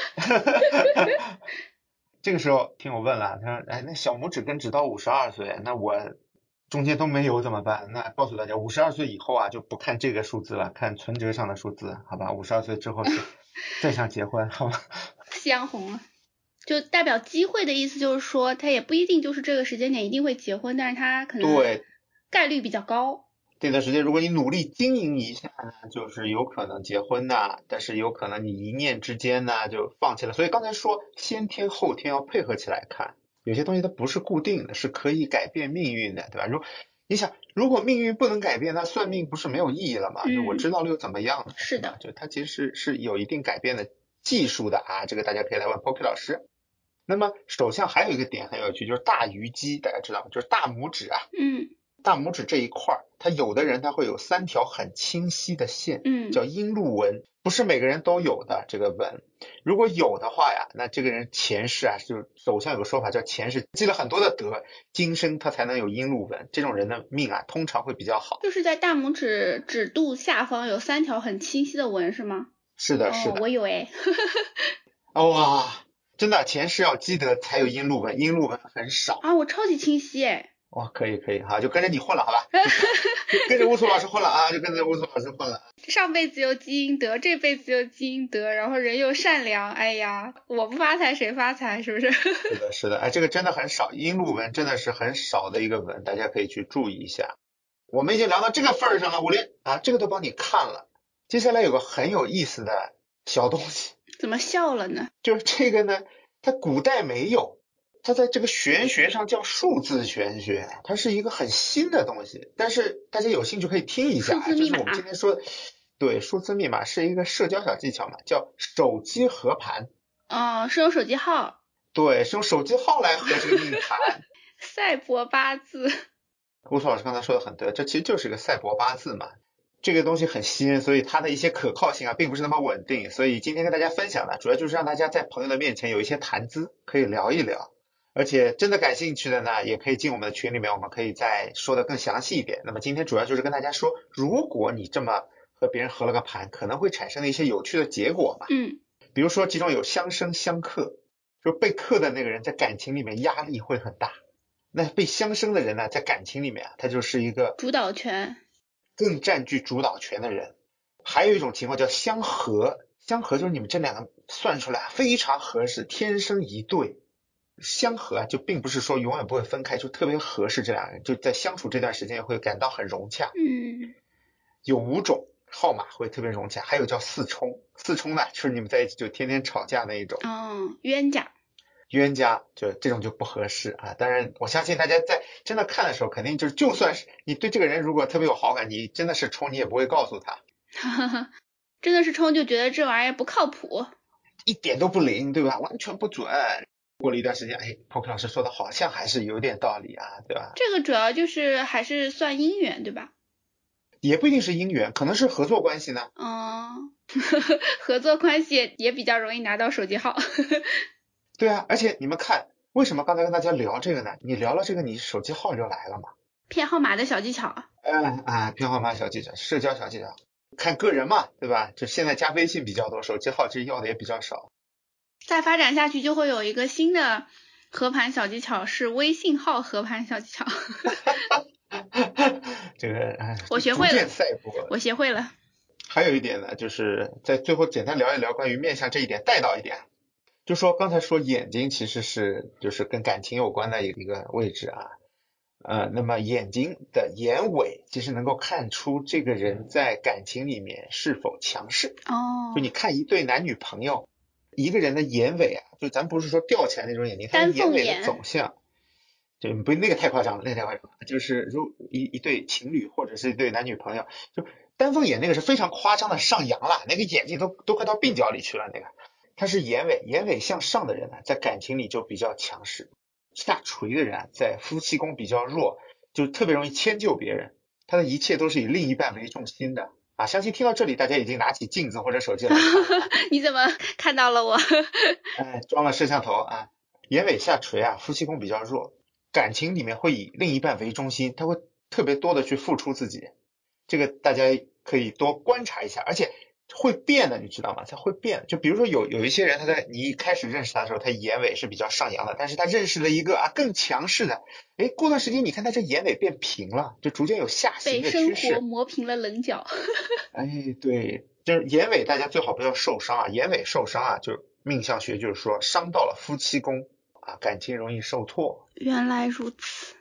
这个时候听我问了，他说哎，那小拇指根直到五十二岁，那我中间都没有怎么办？那告诉大家，五十二岁以后啊就不看这个数字了，看存折上的数字，好吧？五十二岁之后是再想结婚，好吧？ 相红了，就代表机会的意思，就是说他也不一定就是这个时间点一定会结婚，但是他可能对概率比较高。 这段时间如果你努力经营一下呢，就是有可能结婚呐，但是有可能你一念之间呢就放弃了。所以刚才说先天后天要配合起来看，有些东西它不是固定的，是可以改变命运的，对吧？如你想，如果命运不能改变，那算命不是没有意义了吗？就我知道了又怎么样呢？ 是的， 就它其实是是有一定改变的技术的啊，这个大家可以来问 Poki 老师。那么手相还有一个点很有趣，就是大鱼肌，大家知道吗？就是大拇指啊， 嗯， 大拇指这一块儿，它有的人他会有三条很清晰的线， 嗯， 叫阴路纹，不是每个人都有的这个纹。如果有的话呀，那这个人前世啊，就是手相有个说法叫前世积了很多的德，今生他才能有阴路纹。这种人的命啊，通常会比较好。 就是在大拇指指肚下方有三条很清晰的纹是吗？ 是的，是的。 哦，我有哎。 哦哇，真的前世要积德才有阴路纹，阴路纹很少啊，我超级清晰哎。 哇，可以可以，好，就跟着你混了，好吧？就跟着乌苏老师混了啊，就跟着乌苏老师混了。 上辈子有积阴德，这辈子有积阴德，然后人又善良，哎呀，我不发财谁发财，是不是？ 是的，是的，哎，这个真的很少，阴路纹真的是很少的一个纹，大家可以去注意一下。我们已经聊到这个份儿上了，我连啊这个都帮你看了。接下来有个很有意思的小东西， 怎么笑了呢？ 就是这个呢，它古代没有。它在这个玄学上叫数字玄学，它是一个很新的东西，但是大家有兴趣可以听一下，就是我们今天说，对，数字密码是一个社交小技巧嘛，叫手机合盘。 哦，是用手机号。 对，是用手机号来合这个命盘。 赛博八字。 乌苏老师刚才说的很对，这其实就是个赛博八字嘛。这个东西很新，所以它的一些可靠性啊，并不是那么稳定。所以今天跟大家分享的，主要就是让大家在朋友的面前有一些谈资，可以聊一聊。而且真的感兴趣的呢，也可以进我们的群里面，我们可以再说的更详细一点。那么今天主要就是跟大家说，如果你这么和别人合了个盘，可能会产生的一些有趣的结果嘛。 嗯， 比如说其中有相生相克，就被克的那个人在感情里面压力会很大，那被相生的人呢，在感情里面啊，他就是一个主导权， 更占据主导权的人。还有一种情况叫相合，相合就是你们这两个算出来非常合适，天生一对。相合啊，就并不是说永远不会分开，就特别合适，这两个人就在相处这段时间会感到很融洽。 嗯， 有五种号码会特别融洽，还有叫四冲，四冲呢就是你们在一起就天天吵架那一种。 哦，冤家， 冤家就这种就不合适啊。当然我相信大家在真的看的时候，肯定就是就算是你对这个人如果特别有好感，你真的是冲，你也不会告诉他。 哈哈哈，真的是冲就觉得这玩意儿不靠谱， 一点都不灵，对吧？完全不准。过了一段时间，哎 Poki 老师说的好像还是有点道理啊，对吧？ 这个主要就是还是算姻缘，对吧？ 也不一定是姻缘，可能是合作关系呢。 嗯，合作关系也比较容易拿到手机号。 对啊，而且你们看，为什么刚才跟大家聊这个呢？你聊了这个，你手机号就来了嘛。 骗号码的小技巧。 嗯啊，骗号码小技巧，社交小技巧，看个人嘛，对吧？就现在加微信比较多，手机号其实要的也比较少。 再发展下去就会有一个新的合盘小技巧，是微信号合盘小技巧。 这个我学会了， 赛博我学会了。 还有一点呢，就是在最后简单聊一聊关于面相这一点，带到一点，就说刚才说眼睛其实是就是跟感情有关的一个位置啊。呃，那么眼睛的眼尾其实能够看出这个人在感情里面是否强势。 哦， 就你看一对男女朋友，一个人的眼尾啊，就咱不是说吊起来那种眼睛，他的眼尾的走向，就不那个太夸张了，那个太夸张了，就是如一一对情侣或者是一对男女朋友，就丹凤眼那个是非常夸张的上扬了，那个眼睛都都快到鬓角里去了，那个他是眼尾，眼尾向上的人呢，在感情里就比较强势。下垂的人啊，在夫妻宫比较弱，就特别容易迁就别人，他的一切都是以另一半为重心的啊！相信听到这里，大家已经拿起镜子或者手机来看了。 你怎么看到了我？ 哎，装了摄像头啊！眼尾下垂啊，夫妻宫比较弱，感情里面会以另一半为中心，他会特别多的去付出自己，这个大家可以多观察一下，而且会变的，你知道吗？它会变。就比如说有有一些人，他在你一开始认识他的时候，他眼尾是比较上扬的，但是他认识了一个啊更强势的，哎，过段时间你看他这眼尾变平了，就逐渐有下行的趋势。 被生活磨平了棱角。 哎，对，就是眼尾，大家最好不要受伤啊，眼尾受伤啊，就命相学就是说伤到了夫妻宫啊，感情容易受挫。 原来如此。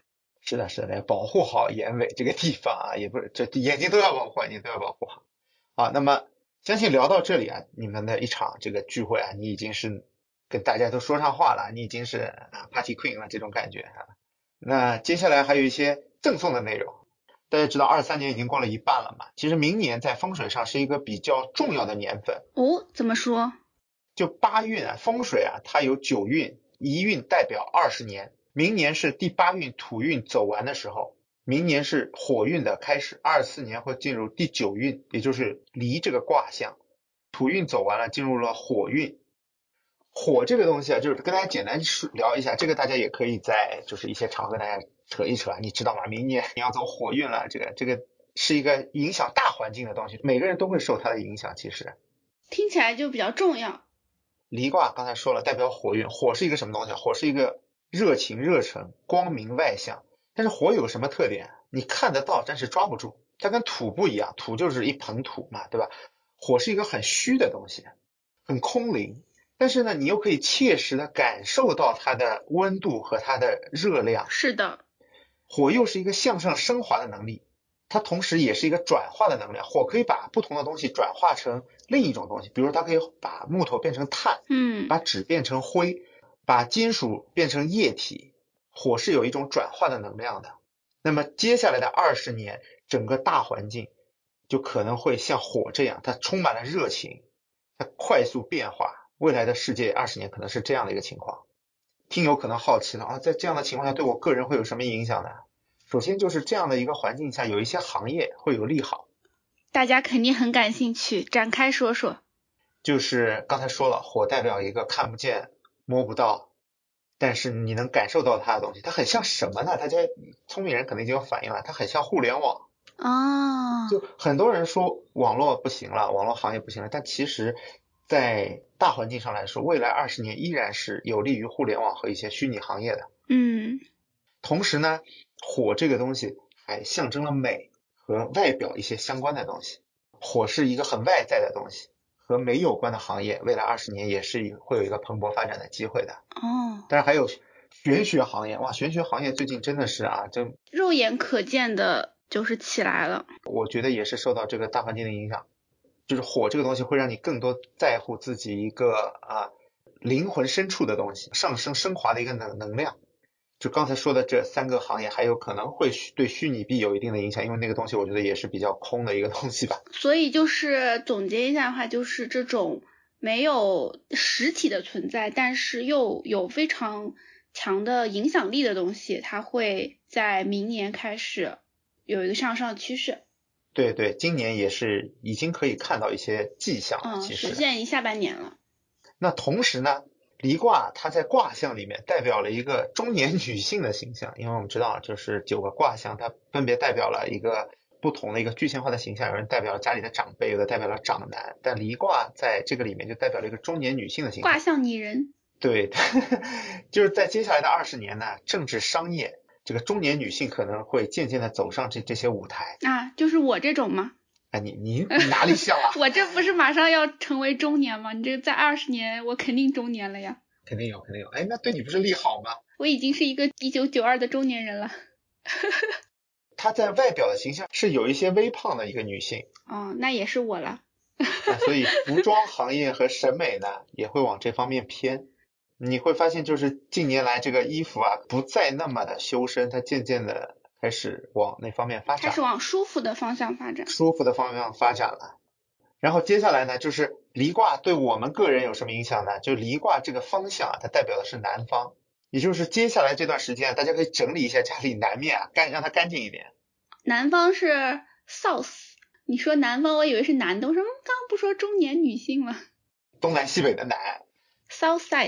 是的，是的，保护好眼尾这个地方啊，也不是这眼睛都要保护，眼睛都要保护好。好，那么相信聊到这里啊，你们的一场这个聚会啊，你已经是跟大家都说上话了，你已经是 party queen 了这种感觉啊。那接下来还有一些赠送的内容。大家知道二三年已经过了一半了嘛，其实明年在风水上是一个比较重要的年份。 哦，怎么说？ 就八运啊，风水啊，它有九运，一运代表二十年，明年是第八运土运走完的时候，明年是火运的开始，二四年会进入第九运，也就是离这个卦象，土运走完了，进入了火运。火这个东西啊，就是跟大家简单聊一下，这个大家也可以在就是一些场合大家扯一扯啊，你知道吗？明年你要走火运了，这个这个是一个影响大环境的东西，每个人都会受它的影响。其实听起来就比较重要。 离卦刚才说了，代表火运，火是一个什么东西？火是一个热情、热忱、光明、外向。但是火有个什么特点？你看得到，但是抓不住。它跟土不一样，土就是一捧土嘛，对吧？火是一个很虚的东西，很空灵。但是呢，你又可以切实的感受到它的温度和它的热量。 是的， 火又是一个向上升华的能力，它同时也是一个转化的能量。火可以把不同的东西转化成另一种东西，比如它可以把木头变成碳， 嗯， 把纸变成灰，把金属变成液体。火是有一种转化的能量的。那么接下来的二十年，整个大环境就可能会像火这样，它充满了热情，它快速变化。未来的世界二十年可能是这样的一个情况。听友可能好奇了啊，在这样的情况下对我个人会有什么影响呢？首先就是这样的一个环境下，有一些行业会有利好， 大家肯定很感兴趣，展开说说。 就是刚才说了，火代表一个看不见摸不到，但是你能感受到它的东西，它很像什么呢？大家聪明人可能已经有反应了，它很像互联网。 哦， 就很多人说网络不行了，网络行业不行了，但其实在大环境上来说，未来二十年依然是有利于互联网和一些虚拟行业的。 嗯， 同时呢，火这个东西还象征了美和外表一些相关的东西。火是一个很外在的东西，和美有关的行业，未来二十年也是会有一个蓬勃发展的机会的。 哦， 当然还有玄学行业，哇，玄学行业最近真的是啊，这肉眼可见的就是起来了。 我觉得也是受到这个大环境的影响。就是火这个东西会让你更多在乎自己一个啊灵魂深处的东西，上升升华的一个能能量。就刚才说的这三个行业还有可能会对虚拟币有一定的影响，因为那个东西我觉得也是比较空的一个东西吧。 所以就是总结一下的话，就是这种没有实体的存在，但是又有非常强的影响力的东西，它会在明年开始有一个向上趋势。 对对，今年也是已经可以看到一些迹象了， 嗯， 其实实现一下半年了。 那同时呢，离卦它在卦象里面代表了一个中年女性的形象，因为我们知道就是九个卦象它分别代表了一个不同的一个具象化的形象，有人代表了家里的长辈，有的代表了长男，但离卦在这个里面就代表了一个中年女性的形象。 卦象拟人。 对，就是在接下来的二十年呢，政治商业这个中年女性可能会渐渐的走上这这些舞台啊，就是我这种吗？ 哎，你你你哪里像啊？ 我这不是马上要成为中年吗？你这在二十年，我肯定中年了呀。 肯定有，肯定有。哎，那对你不是利好吗？ 我已经是一个一九九二的中年人了。 她在外表的形象是有一些微胖的一个女性。 哦，那也是我了。 啊、所以服装行业和审美呢，也会往这方面偏。你会发现，就是近年来这个衣服啊，不再那么的修身，它渐渐的开始往那方面发展， 开始往舒服的方向发展， 舒服的方向发展了。然后接下来呢，就是离卦对我们个人有什么影响呢？就离卦这个方向啊，它代表的是南方，也就是接下来这段时间，大家可以整理一下家里南面啊，干让它干净一点。 南方是 south， 你说南方，我以为是南东，什么刚刚不说中年女性吗？ 东南西北的南。 South side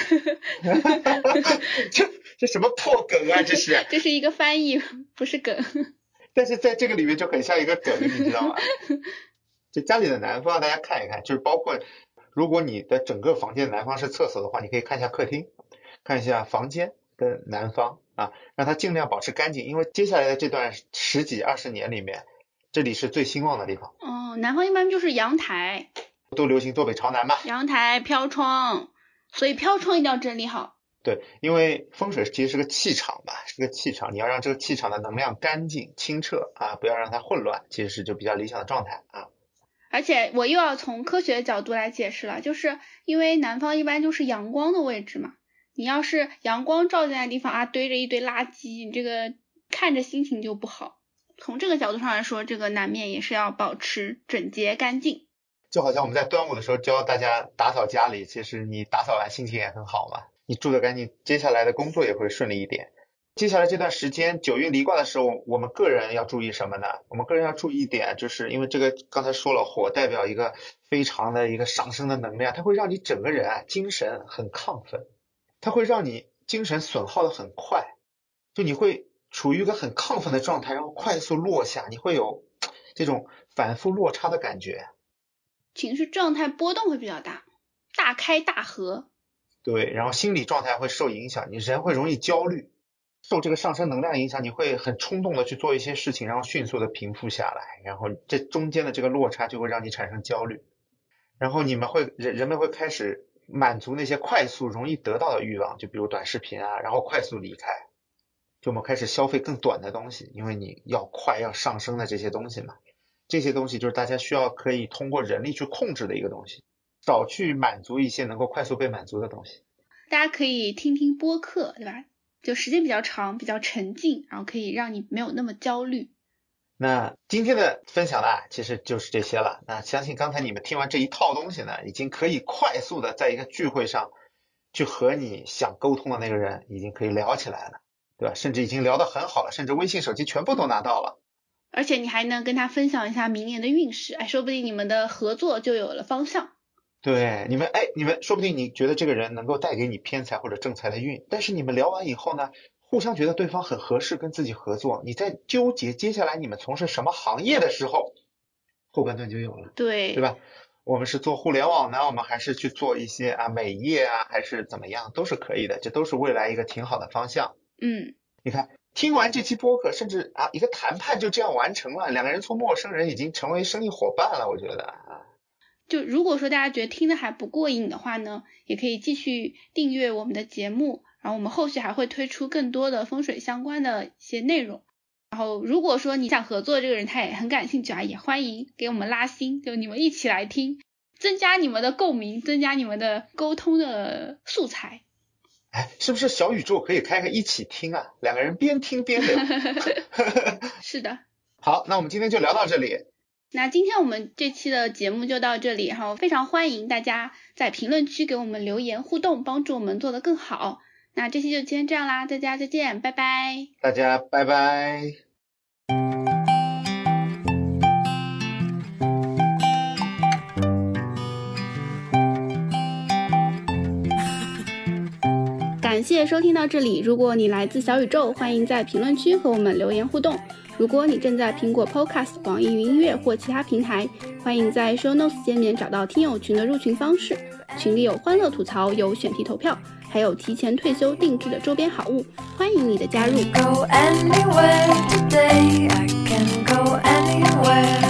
这这什么破梗啊，这是这是一个翻译，不是梗。 但是在这个里面就很像一个梗，你知道吗？就家里的南方大家看一看，就是包括如果你的整个房间南方是厕所的话，你可以看一下客厅，看一下房间的南方啊，让它尽量保持干净，因为接下来的这段十几二十年里面，这里是最兴旺的地方。 哦，南方一般就是阳台， 都流行坐北朝南嘛， 阳台飘窗，所以飘窗一定要整理好。 对，因为风水其实是个气场嘛， 持一个气场，你要让这个气场的能量干净清澈啊，不要让它混乱，其实是就比较理想的状态啊。 而且我又要从科学角度来解释了，就是因为南方一般就是阳光的位置嘛，你要是阳光照进来的地方啊，堆着一堆垃圾，你这个看着心情就不好。从这个角度上来说，这个南面也是要保持整洁干净。 就好像我们在端午的时候教大家打扫家里，其实你打扫完心情也很好嘛，你住得干净，接下来的工作也会顺利一点。接下来这段时间九运离卦的时候，我们个人要注意什么呢？我们个人要注意一点，就是因为这个刚才说了，火代表一个非常的一个上升的能量，它会让你整个人啊精神很亢奋，它会让你精神损耗的很快，就你会处于一个很亢奋的状态，然后快速落下，你会有这种反复落差的感觉， 情绪状态波动会比较大，大开大合。 对，然后心理状态会受影响，你人会容易焦虑，受这个上升能量影响，你会很冲动的去做一些事情，然后迅速的平复下来，然后这中间的这个落差就会让你产生焦虑，然后你们会人人们会开始满足那些快速容易得到的欲望，就比如短视频啊，然后快速离开，就我们开始消费更短的东西，因为你要快要上升的这些东西嘛，这些东西就是大家需要可以通过人力去控制的一个东西，少去满足一些能够快速被满足的东西。 大家可以听听播客，对吧？就时间比较长，比较沉静，然后可以让你没有那么焦虑。 那今天的分享呢，其实就是这些了。那相信刚才你们听完这一套东西呢，已经可以快速的在一个聚会上去和你想沟通的那个人已经可以聊起来了，对吧？甚至已经聊得很好了，甚至微信手机全部都拿到了。 而且你还能跟他分享一下明年的运势，哎，说不定你们的合作就有了方向。 对，你们哎，你们说不定你觉得这个人能够带给你偏财或者正财的运，但是你们聊完以后呢，互相觉得对方很合适跟自己合作，你在纠结接下来你们从事什么行业的时候，后半段就有了， 对， 对吧？我们是做互联网呢，我们还是去做一些啊美业啊，还是怎么样，都是可以的，这都是未来一个挺好的方向。 嗯， 你看听完这期播客，甚至啊一个谈判就这样完成了，两个人从陌生人已经成为生意伙伴了，我觉得啊。 就如果说大家觉得听的还不过瘾的话呢，也可以继续订阅我们的节目，然后我们后续还会推出更多的风水相关的一些内容。然后如果说你想合作这个人他也很感兴趣啊，也欢迎给我们拉新，就你们一起来听，增加你们的共鸣，增加你们的沟通的素材。 哎，是不是小宇宙可以开个一起听啊？两个人边听边聊。 是的。 好，那我们今天就聊到这里。 那今天我们这期的节目就到这里，然后非常欢迎大家在评论区给我们留言互动，帮助我们做得更好。那这期就先这样啦，大家再见，拜拜。 大家拜拜。 感谢收听到这里，如果你来自小宇宙，欢迎在评论区和我们留言互动。如果你正在苹果 Podcast、网易云音乐或其他平台，欢迎在 Show Notes 界面找到听友群的入群方式。群里有欢乐吐槽，有选题投票，还有提前退休定制的周边好物，欢迎你的加入。Go anywhere today, I can go anywhere.